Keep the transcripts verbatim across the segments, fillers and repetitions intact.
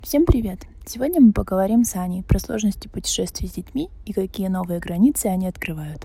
Всем привет! Сегодня мы поговорим с Аней про сложности путешествий с детьми и какие новые границы они открывают.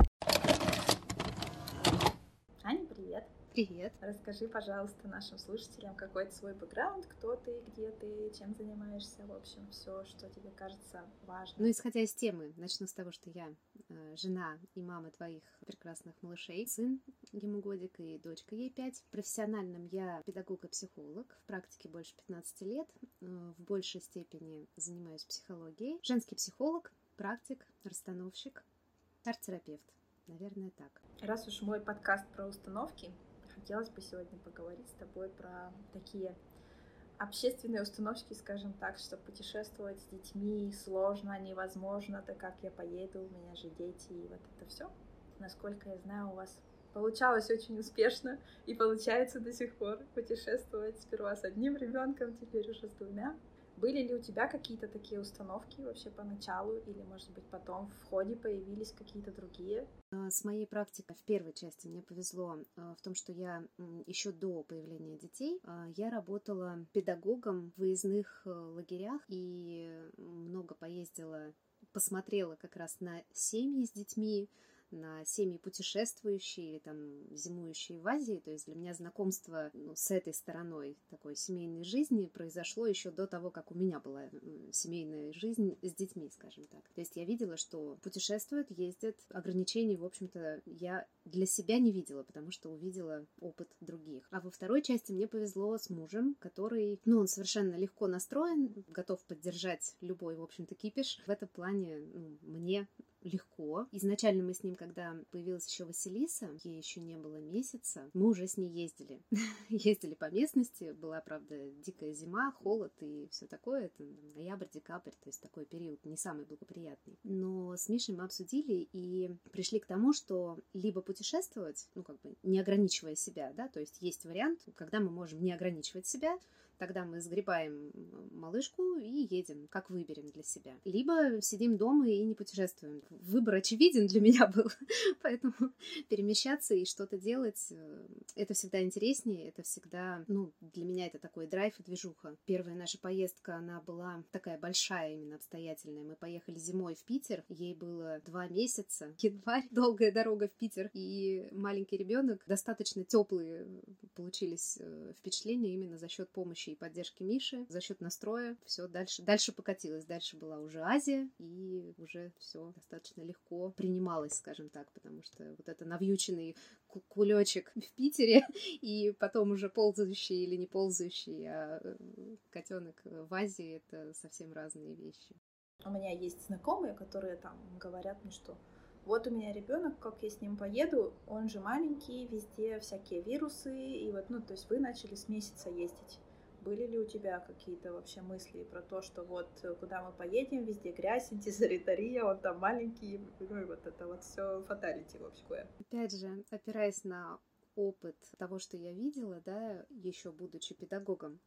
Аня, привет! Привет! Расскажи, пожалуйста, нашим слушателям, какой свой бэкграунд, кто ты, где ты, чем занимаешься, в общем, все, что тебе кажется важным. Ну, исходя из темы, начну с того, что я э, жена и мама твоих прекрасных малышей. Сын, ему годик, и дочка ей пять. Профессиональным я педагог и психолог. В практике больше пятнадцати лет. Э, в большей степени занимаюсь психологией. Женский психолог, практик, расстановщик, арт-терапевт. Наверное, так. Раз уж мой подкаст про установки, хотелось бы сегодня поговорить с тобой про такие общественные установки, скажем так, что путешествовать с детьми сложно, невозможно, так как я поеду, у меня же дети, и вот это все. Насколько я знаю, у вас получалось очень успешно и получается до сих пор путешествовать сперва с одним ребенком, теперь уже с двумя. Были ли у тебя какие-то такие установки вообще поначалу, или, может быть, потом в ходе появились какие-то другие? С моей практикой в первой части мне повезло в том, что я еще до появления детей я работала педагогом в выездных лагерях и много поездила, посмотрела как раз на семьи с детьми, на семьи путешествующие или там зимующие в Азии. То есть для меня знакомство ну, с этой стороной такой семейной жизни произошло еще до того, как у меня была семейная жизнь с детьми, скажем так. То есть я видела, что путешествуют, ездят. Ограничений, в общем-то, я для себя не видела, потому что увидела опыт других. А во второй части мне повезло с мужем, который, ну, он совершенно легко настроен, готов поддержать любой, в общем-то, кипиш. В этом плане ну, мне легко. Изначально мы с ним, когда появилась еще Василиса, ей еще не было месяца, мы уже с ней ездили. Ездили по местности, была, правда, дикая зима, холод и все такое, это ноябрь, декабрь, то есть такой период не самый благоприятный. Но с Мишей мы обсудили и пришли к тому, что либо путешествовать, ну, как бы не ограничивая себя, да, то есть есть вариант, когда мы можем не ограничивать себя, тогда мы сгребаем малышку и едем, как выберем для себя. Либо сидим дома и не путешествуем. Выбор очевиден для меня был, поэтому перемещаться и что-то делать, это всегда интереснее, это всегда, ну, для меня это такой драйв и движуха. Первая наша поездка, она была такая большая, именно обстоятельная. Мы поехали зимой в Питер, ей было два месяца, январь, долгая дорога в Питер, и маленький ребенок, достаточно теплые получились впечатления именно за счет помощи и поддержки Миши, за счет настроя. Все дальше, дальше покатилось. Дальше была уже Азия, и уже все достаточно легко принималось, скажем так, потому что вот это навьюченный кулечек в Питере, и потом уже ползающий или не ползающий, а котенок в Азии — это совсем разные вещи. У меня есть знакомые, которые там говорят мне, что вот у меня ребенок, как я с ним поеду, он же маленький, везде всякие вирусы, и вот, ну, то есть вы начали с месяца ездить. Были ли у тебя какие-то вообще мысли про то, что вот куда мы поедем, везде грязь, антисанитария, он там маленький, ну и вот это вот все фаталити, в общем. Опять же, опираясь на опыт того, что я видела, да, еще будучи педагогом,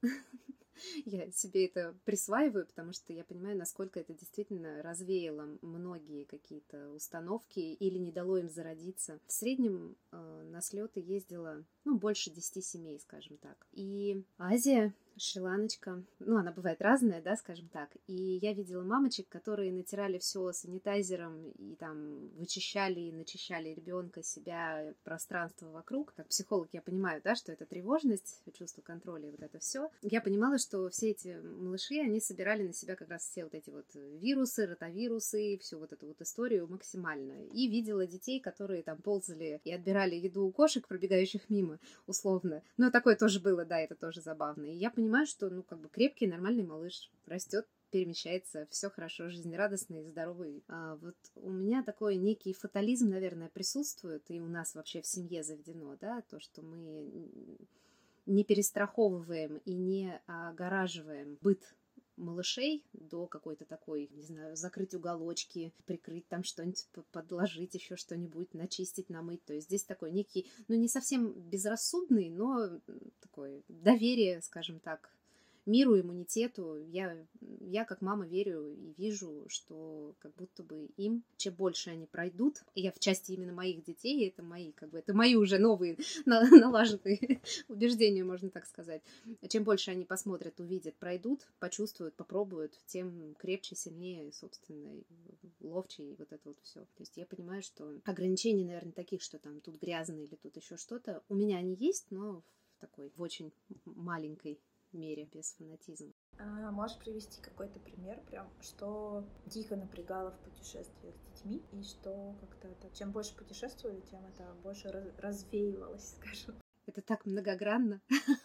я себе это присваиваю, потому что я понимаю, насколько это действительно развеяло многие какие-то установки или не дало им зародиться. В среднем э, на слеты ездила, ну, больше десяти семей, скажем так. И Азия, Шри-Ланочка, ну, она бывает разная, да, скажем так. И я видела мамочек, которые натирали все санитайзером и там вычищали и начищали ребенка, себя, пространство вокруг. Как психолог я понимаю, да, что это тревожность, чувство контроля и вот это все. Я понимала, что все эти малыши, они собирали на себя как раз все вот эти вот вирусы, ротавирусы, всю вот эту вот историю максимально. И видела детей, которые там ползали и отбирали еду у кошек, пробегающих мимо, условно. Но такое тоже было, да, это тоже забавно. И я понимаю, что, ну, как бы крепкий, нормальный малыш растет, перемещается, все хорошо, жизнерадостный и здоровый. А вот у меня такой некий фатализм, наверное, присутствует, и у нас вообще в семье заведено, да, то, что мы не перестраховываем и не огораживаем быт малышей до какой-то такой, не знаю, закрыть уголочки, прикрыть там что-нибудь, подложить еще что-нибудь, начистить, намыть. То есть здесь такой некий, ну, не совсем безрассудный, но такое доверие, скажем так, миру, иммунитету. Я, я как мама верю и вижу, что как будто бы им, чем больше они пройдут, и я в части именно моих детей, это мои, как бы, это мои уже новые налаженные убеждения, можно так сказать. Чем больше они посмотрят, увидят, пройдут, почувствуют, попробуют, тем крепче, сильнее, собственно, ловче и вот это вот все. То есть я понимаю, что ограничений, наверное, таких, что там тут грязно или тут еще что-то, у меня они есть, но в такой, в очень маленькой мере, без фанатизма. А можешь привести какой-то пример, прям, что дико напрягало в путешествиях с детьми, и что как-то это, чем больше путешествовали, тем это больше раз- развеивалось, скажем. Это так многогранно.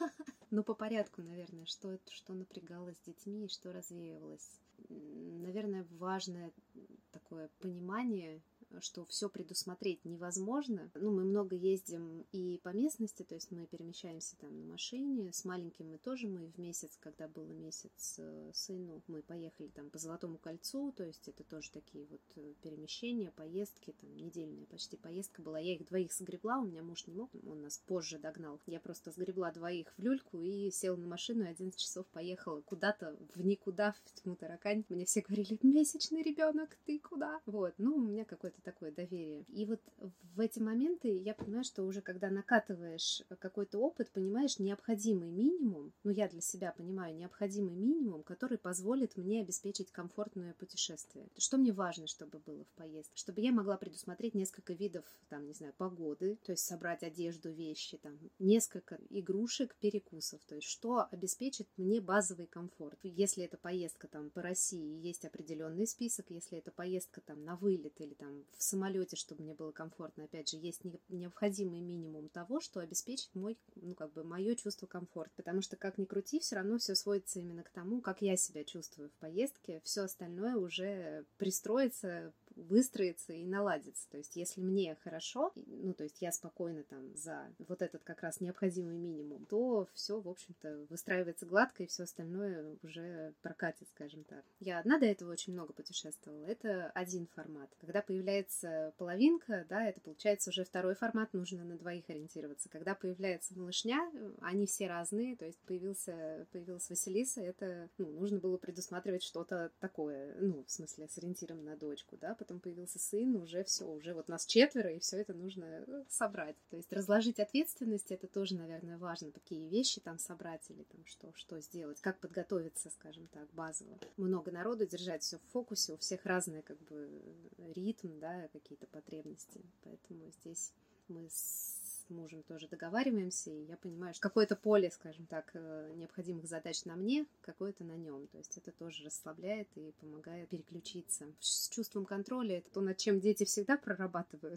Но по порядку, наверное, что это, что напрягало с детьми и что развеивалось. Наверное, важное такое понимание, что все предусмотреть невозможно. Ну, мы много ездим и по местности, то есть мы перемещаемся там на машине. С маленьким мы тоже, мы в месяц, когда было месяц сыну, мы поехали там по Золотому кольцу, то есть это тоже такие вот перемещения, поездки, там недельная почти поездка была. Я их двоих сгребла, у меня муж не мог, он нас позже догнал. Я просто сгребла двоих в люльку и села на машину, и одиннадцать часов поехала куда-то в никуда, в тьму таракань. Мне все говорили: месячный ребенок, ты куда? Вот, ну, у меня какое-то такое доверие. И вот в эти моменты я понимаю, что уже когда накатываешь какой-то опыт, понимаешь необходимый минимум, ну, я для себя понимаю необходимый минимум, который позволит мне обеспечить комфортное путешествие. Что мне важно, чтобы было в поездке? Чтобы я могла предусмотреть несколько видов, там, не знаю, погоды, то есть собрать одежду, вещи, там, несколько игрушек, перекусов, то есть что обеспечит мне базовый комфорт. Если это поездка там по России, есть определенный список, если это поездка там на вылет или там в самолете, чтобы мне было комфортно, опять же, есть необходимый минимум того, что обеспечит мой, ну, как бы, мое чувство комфорта. Потому что, как ни крути, все равно все сводится именно к тому, как я себя чувствую в поездке. Все остальное уже пристроится, выстроится и наладится. То есть, если мне хорошо, ну, то есть я спокойна там за вот этот как раз необходимый минимум, то все, в общем-то, выстраивается гладко, и все остальное уже прокатит, скажем так. Я одна до этого очень много путешествовала. Это один формат. Когда появляется половинка, да, это получается уже второй формат, нужно на двоих ориентироваться. Когда появляется малышня, они все разные, то есть появился, появилась Василиса, это, ну, нужно было предусматривать что-то такое, ну, в смысле, с ориентиром на дочку, да, потом появился сын, уже все, уже вот нас четверо, и все это нужно собрать. То есть разложить ответственность, это тоже, наверное, важно, какие вещи там собрать или там что, что сделать, как подготовиться, скажем так, базово. Много народу, держать все в фокусе, у всех разные, как бы, ритм, да, какие-то потребности, поэтому здесь мы с мужем тоже договариваемся, и я понимаю, что какое-то поле, скажем так, необходимых задач на мне, какое-то на нем. То есть это тоже расслабляет и помогает переключиться. С чувством контроля — это то, над чем дети всегда прорабатывают.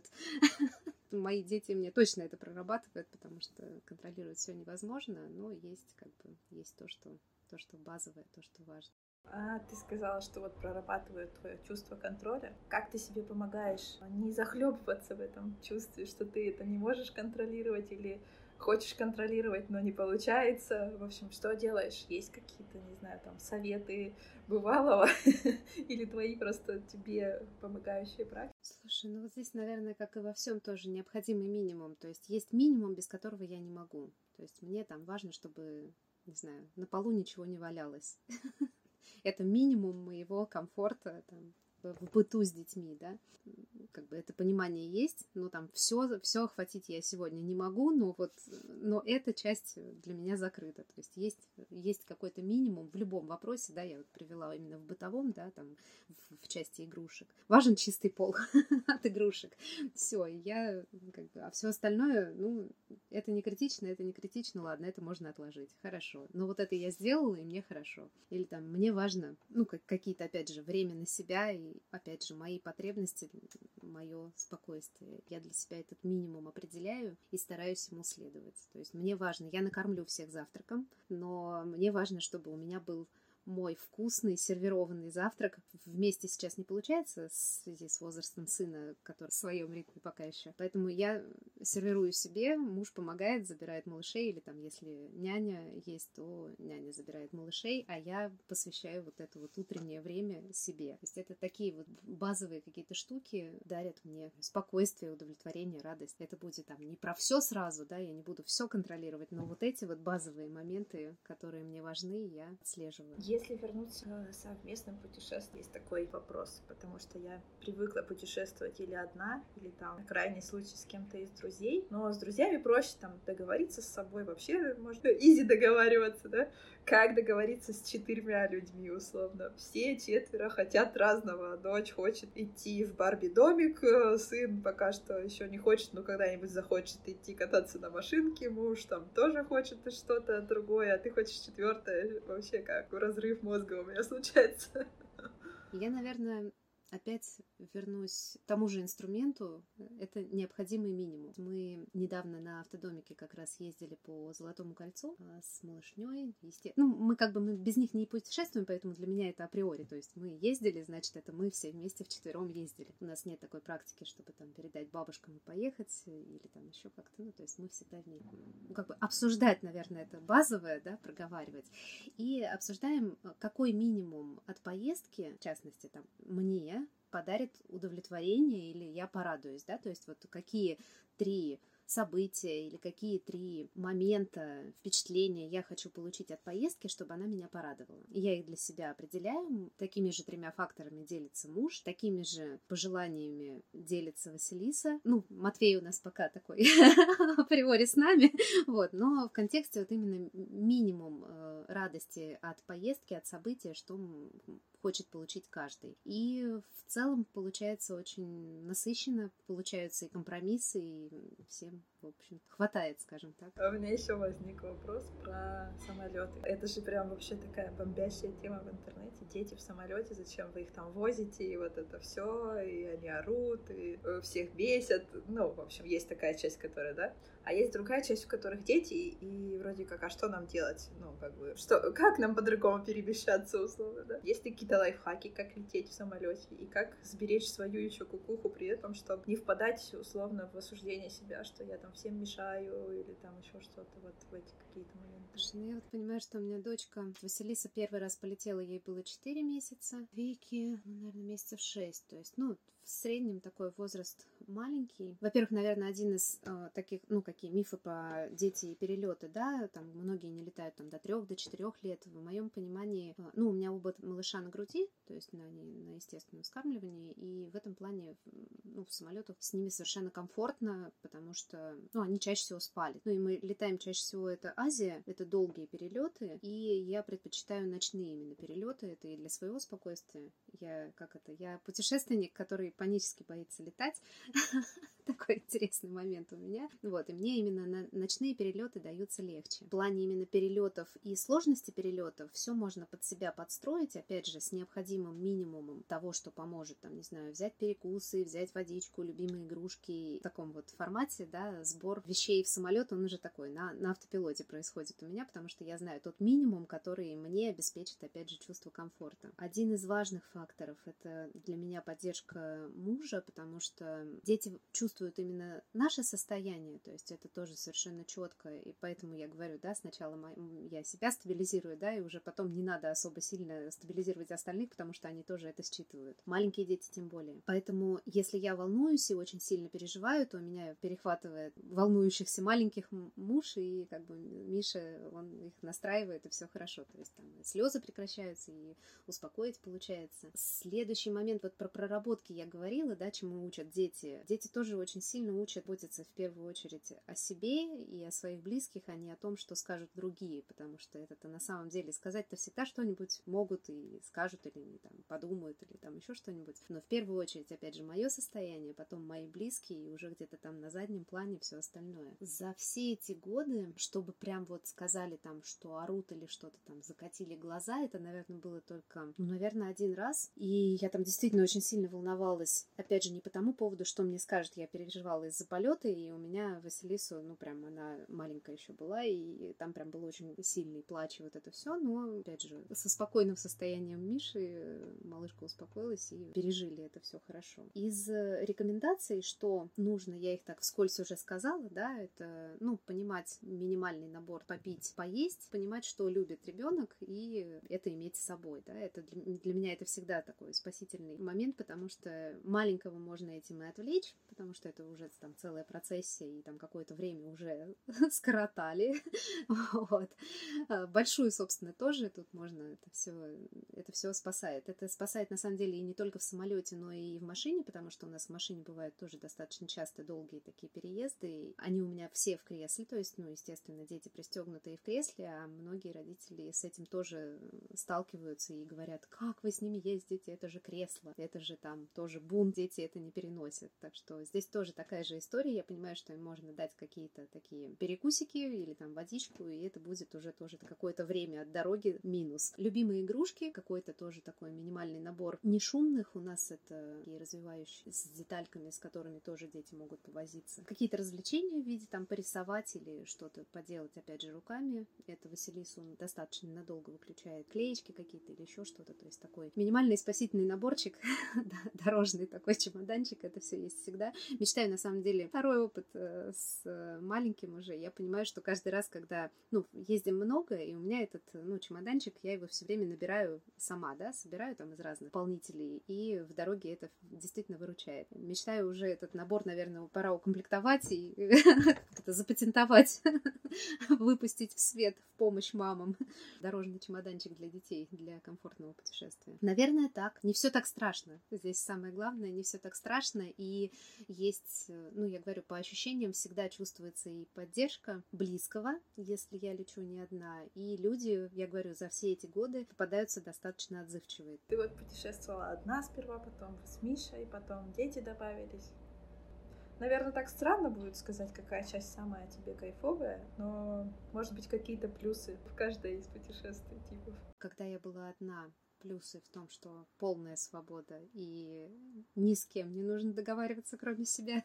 Мои дети мне точно это прорабатывают, потому что контролировать все невозможно, но есть как бы есть то, что то, что базовое, то, что важно. А ты сказала, что вот прорабатывают твое чувство контроля. Как ты себе помогаешь не захлебываться в этом чувстве, что ты это не можешь контролировать или хочешь контролировать, но не получается? В общем, что делаешь? Есть какие-то, не знаю, там советы бывалого или твои просто тебе помогающие практики? Слушай, ну вот здесь, наверное, как и во всем тоже необходимый минимум. То есть есть минимум, без которого я не могу. То есть мне там важно, чтобы, не знаю, на полу ничего не валялось. Это минимум моего комфорта там, в быту с детьми, да. Как бы это понимание есть, но там все, все охватить я сегодня не могу, но вот, но эта часть для меня закрыта. То есть есть, есть какой-то минимум в любом вопросе, да, я вот привела именно в бытовом, да, там, в, в части игрушек. Важен чистый пол от игрушек. Все, я как бы, а все остальное, ну, это не критично, это не критично, ладно, это можно отложить, хорошо. Но вот это я сделала, и мне хорошо. Или там, мне важно, ну, как, какие-то, опять же, время на себя, и, опять же, мои потребности, мое спокойствие. Я для себя этот минимум определяю и стараюсь ему следовать. То есть мне важно, я накормлю всех завтраком, но мне важно, чтобы у меня был мой вкусный сервированный завтрак вместе сейчас не получается в связи с возрастом сына, который в своем ритме пока еще. Поэтому я сервирую себе, муж помогает, забирает малышей, или там, если няня есть, то няня забирает малышей, а я посвящаю вот это вот утреннее время себе. То есть это такие вот базовые какие-то штуки дарят мне спокойствие, удовлетворение, радость. Это будет там не про все сразу, да, я не буду все контролировать, но вот эти вот базовые моменты, которые мне важны, я отслеживаю. Если вернуться к совместным путешествиям, есть такой вопрос, потому что я привыкла путешествовать или одна, или там, на крайний случай, с кем-то из друзей, но с друзьями проще там договориться с собой, вообще можно изи договариваться, да, как договориться с четырьмя людьми, условно. Все четверо хотят разного. Дочь хочет идти в Барби-домик, сын пока что еще не хочет, но когда-нибудь захочет идти кататься на машинке, муж там тоже хочет что-то другое, а ты хочешь четвертое. Вообще как разрыв мозга у меня случается. Я, наверное, опять вернусь к тому же инструменту. Это необходимый минимум. Мы недавно на автодомике как раз ездили по Золотому кольцу с малышней. Есте... Ну, мы как бы мы без них не путешествуем, поэтому для меня это априори. То есть мы ездили, значит, это мы все вместе вчетвером ездили. У нас нет такой практики, чтобы там передать бабушкам и поехать, или там еще как-то. Ну, то есть мы всегда вместе. Ну, как бы обсуждать, наверное, это базовое, да, проговаривать. И обсуждаем, какой минимум от поездки, в частности, там, мне подарит удовлетворение или я порадуюсь, да, то есть вот какие три события или какие три момента, впечатления я хочу получить от поездки, чтобы она меня порадовала. И я их для себя определяю. Такими же тремя факторами делится муж, такими же пожеланиями делится Василиса. Ну, Матвей у нас пока такой априори с нами, вот, но в контексте вот именно минимум радости от поездки, от события, что хочет получить каждый. И в целом получается очень насыщенно, получаются и компромиссы, и всем, в общем, хватает, скажем так. А у меня еще возник вопрос про самолеты. Это же прям вообще такая бомбящая тема в интернете. Дети в самолете, зачем вы их там возите, и вот это все, и они орут, и всех бесят. Ну, в общем, есть такая часть, которая, да. А есть другая часть, у которых дети, и вроде как, а что нам делать? Ну, как бы, что, как нам по-другому перемещаться, условно, да? Есть ли какие-то лайфхаки, как лететь в самолете, и как сберечь свою еще кукуху при этом, чтобы не впадать, условно, в осуждение себя, что я там всем мешаю, или там еще что-то, вот в эти какие-то моменты. Ну, я вот понимаю, что у меня дочка Василиса первый раз полетела, ей было четыре месяца, Вики, ну, наверное, месяцев шесть, то есть, ну, в среднем такой возраст маленький. Во-первых, наверное, один из э, таких, ну, какие мифы про дети и перелеты, да, там многие не летают там до трех, до четырех лет. В моем понимании, э, ну, у меня оба малыша на груди, то есть на, они на естественном вскармливании, и в этом плане, ну, в самолетах с ними совершенно комфортно, потому что, ну, они чаще всего спали. Ну, и мы летаем чаще всего, это Азия, это долгие перелеты, и я предпочитаю ночные именно перелеты, это и для своего спокойствия. Я, как это, я путешественник, который панически боится летать. Такой интересный момент у меня. Вот, и мне именно на ночные перелеты даются легче. В плане именно перелетов и сложности перелетов все можно под себя подстроить, опять же, с необходимым минимумом того, что поможет, там, не знаю, взять перекусы, взять водичку, любимые игрушки. В таком вот формате, да, сбор вещей в самолет, он уже такой, на, на автопилоте происходит у меня, потому что я знаю тот минимум, который мне обеспечит, опять же, чувство комфорта. Один из важных факторов — это для меня поддержка мужа, потому что дети чувствуют именно наше состояние, то есть это тоже совершенно четко, и поэтому я говорю, да, сначала я себя стабилизирую, да, и уже потом не надо особо сильно стабилизировать остальных, потому что они тоже это считывают. Маленькие дети тем более. Поэтому, если я волнуюсь и очень сильно переживаю, то меня перехватывает волнующихся маленьких муж, и как бы Миша, он их настраивает, и все хорошо, то есть там слезы прекращаются, и успокоить получается. Следующий момент, вот про проработки я говорила, да, чему учат дети. Дети тоже очень очень сильно учат заботиться в первую очередь о себе и о своих близких, а не о том, что скажут другие, потому что это-то на самом деле сказать-то всегда что-нибудь могут помогут и скажут, или там подумают, или там еще что-нибудь. Но в первую очередь, опять же, мое состояние, потом мои близкие, и уже где-то там на заднем плане все остальное. За все эти годы, чтобы прям вот сказали там, что орут или что-то там, закатили глаза, это, наверное, было только, ну, наверное, один раз. И я там действительно очень сильно волновалась. Опять же, не по тому поводу, что мне скажут, я переживала из-за полета, и у меня Василису, ну, прям она маленькая еще была, и там прям был очень сильный плач, и вот это все. Но, опять же, со спокойным состоянием Миши малышка успокоилась, и пережили это все хорошо. Из рекомендаций, что нужно, я их так вскользь уже сказала, да, это, ну, понимать минимальный набор попить, поесть, понимать, что любит ребенок, и это иметь с собой, да, это для, для меня это всегда такой спасительный момент, потому что маленького можно этим и отвлечь, потому что это уже там целая процессия, и там какое-то время уже скоротали, вот. Большую, собственно, тоже тут можно это все, это все спасает. Это спасает, на самом деле, и не только в самолете, но и в машине, потому что у нас в машине бывают тоже достаточно часто долгие такие переезды. Они у меня все в кресле, то есть, ну, естественно, дети пристегнутые в кресле, а многие родители с этим тоже сталкиваются и говорят, как вы с ними ездите, это же кресло, это же там тоже бунт, дети это не переносят. Так что здесь тоже такая же история. Я понимаю, что им можно дать какие-то такие перекусики или там водичку, и это будет уже тоже какое-то время от дороги минус. Любимые игрушки, какой-то тоже такой минимальный набор не шумных. У нас это и развивающие с детальками, с которыми тоже дети могут повозиться. Какие-то развлечения в виде там порисовать или что-то поделать, опять же, руками. Это Василису достаточно надолго выключает. Клеечки какие-то или еще что-то. То есть такой минимальный спасительный наборчик, дорожный такой чемоданчик. Это все есть всегда. Мечтаю, на самом деле, второй опыт с маленьким уже. Я понимаю, что каждый раз, когда, ну, ездим много, и у меня этот, ну, чемоданчик, я его все время набираю сама, да, собираю там из разных наполнителей, и в дороге это действительно выручает. Мечтаю уже этот набор, наверное, пора укомплектовать и как-то запатентовать, выпустить в свет в помощь мамам. Дорожный чемоданчик для детей, для комфортного путешествия. Наверное, так. Не все так страшно. Здесь самое главное, не все так страшно, и есть, ну, я говорю, по ощущениям всегда чувствуется и поддержка близкого, если я лечу не одна, и люди, я говорю, за все эти годы попадаются достаточно отзывчивые. Ты вот путешествовала одна сперва, потом с Мишей, потом дети добавились. Наверное, так странно будет сказать, какая часть самая тебе кайфовая, но, может быть, какие-то плюсы в каждой из путешествий типов. Когда я была одна, плюсы в том, что полная свобода и ни с кем не нужно договариваться, кроме себя.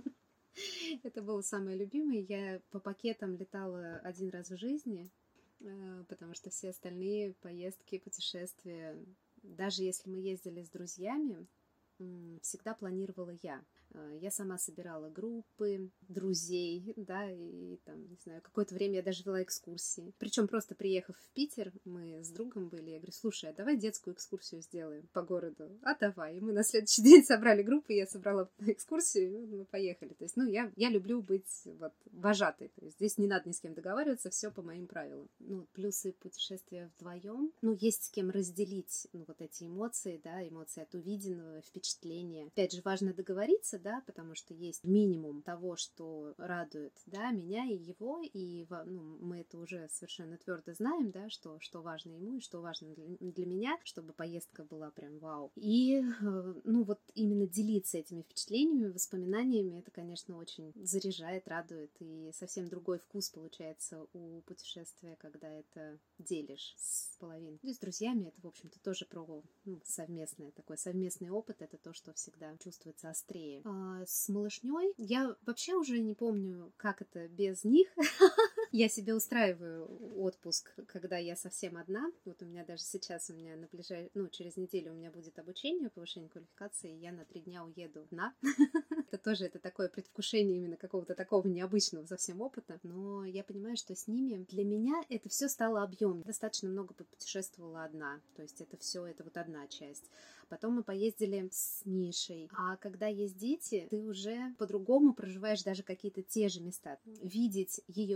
Это было самое любимое. Я по пакетам летала один раз в жизни, потому что все остальные поездки, путешествия, даже если мы ездили с друзьями, всегда планировала я. Я сама собирала группы, друзей, да, и там, не знаю, какое-то время я даже вела экскурсии. Причем просто приехав в Питер, мы с другом были, я говорю, слушай, а давай детскую экскурсию сделаем по городу. А давай. И мы на следующий день собрали группу, я собрала экскурсию, и мы поехали. То есть, ну, я, я люблю быть вот вожатой. То есть здесь не надо ни с кем договариваться, все по моим правилам. Ну, плюсы путешествия вдвоем. Ну, есть с кем разделить, ну, вот эти эмоции, да, эмоции от увиденного, впечатления. Опять же, важно договориться, да, потому что есть минимум того, что радует, да, меня и его, и, ну, мы это уже совершенно твердо знаем, да, что, что важно ему и что важно для, для меня, чтобы поездка была прям вау. И, ну, вот именно делиться этими впечатлениями, воспоминаниями, это, конечно, очень заряжает, радует, и совсем другой вкус получается у путешествия, когда это делишь с половиной. И с друзьями это, в общем-то, тоже про, ну, совместное, такой совместный опыт, это то, что всегда чувствуется острее. А с малышней я вообще уже не помню, как это без них. Я себе устраиваю отпуск, когда я совсем одна. Вот у меня даже сейчас, у меня на ближай... ну, через неделю у меня будет обучение, повышение квалификации, и я на три дня уеду одна. Это тоже, это такое предвкушение именно какого-то такого необычного совсем опыта. Но я понимаю, что с ними для меня это все стало объемным. Достаточно много путешествовала одна. То есть это все, это вот одна часть. Потом мы поездили с Мишей. А когда есть дети, ты уже по-другому проживаешь даже какие-то те же места. Видеть ее впечатления,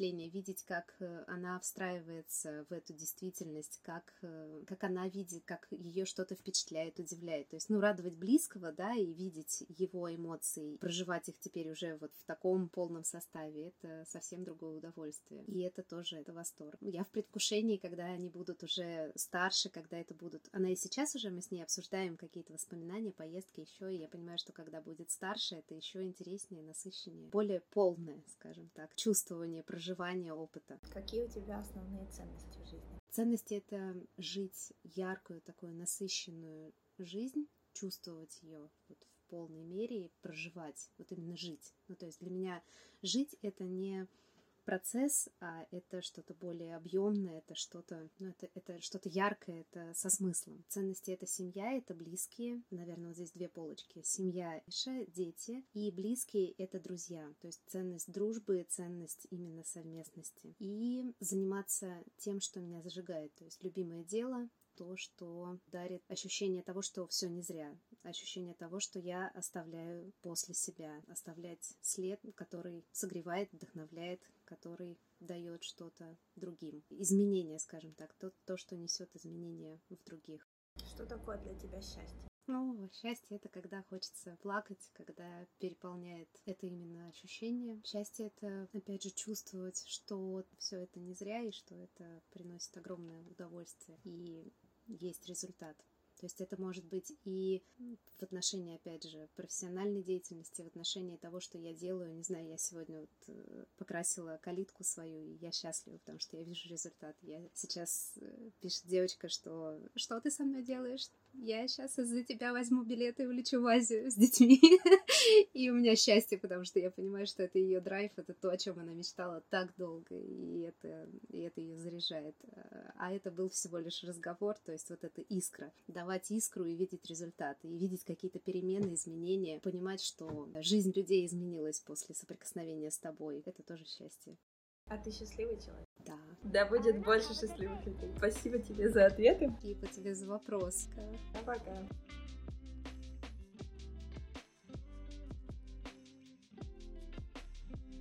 впечатление, видеть, как она встраивается в эту действительность, как, как она видит, как ее что-то впечатляет, удивляет. То есть, ну, радовать близкого, да, и видеть его эмоции, проживать их теперь уже вот в таком полном составе, это совсем другое удовольствие. И это тоже, это восторг. Я в предвкушении, когда они будут уже старше, когда это будут... Она и сейчас уже, мы с ней обсуждаем какие-то воспоминания, поездки еще, и я понимаю, что когда будет старше, это еще интереснее, насыщеннее, более полное, скажем так, чувствование, проживание опыта. Какие у тебя основные ценности в жизни? Ценности — это жить яркую, такую насыщенную жизнь, чувствовать ее вот в полной мере и проживать, вот именно жить. Ну, то есть для меня жить — это не процесс, а это что-то более объемное, это что-то, ну, это, это что-то яркое, это со смыслом. Ценности — это семья, это близкие. Наверное, вот здесь две полочки. Семья, дети, и близкие — это друзья. То есть ценность дружбы, ценность именно совместности. И заниматься тем, что меня зажигает. То есть любимое дело, то, что дарит ощущение того, что все не зря, ощущение того, что я оставляю после себя, оставлять след, который согревает, вдохновляет, который дает что-то другим. Изменения, скажем так, то, то, что несет изменения в других. Что такое для тебя счастье? Ну, счастье — это когда хочется плакать, когда переполняет это именно ощущение. Счастье — это, опять же, чувствовать, что все это не зря и что это приносит огромное удовольствие и есть результат. То есть это может быть и в отношении, опять же, профессиональной деятельности, в отношении того, что я делаю. Не знаю, я сегодня вот покрасила калитку свою, и я счастлива, потому что я вижу результат. Я сейчас, пишет девочка, что «Что ты со мной делаешь? Я сейчас из-за тебя возьму билеты и улечу в Азию с детьми». И у меня счастье, потому что я понимаю, что это ее драйв, это то, о чем она мечтала так долго, и это, и это ее заряжает. А это был всего лишь разговор, то есть вот эта искра. Давать искру и видеть результаты, и видеть какие-то перемены, изменения, понимать, что жизнь людей изменилась после соприкосновения с тобой. Это тоже счастье. А ты счастливый человек? Да. Да будет больше счастливых людей. Спасибо тебе за ответы. Спасибо тебе за вопрос. Пока.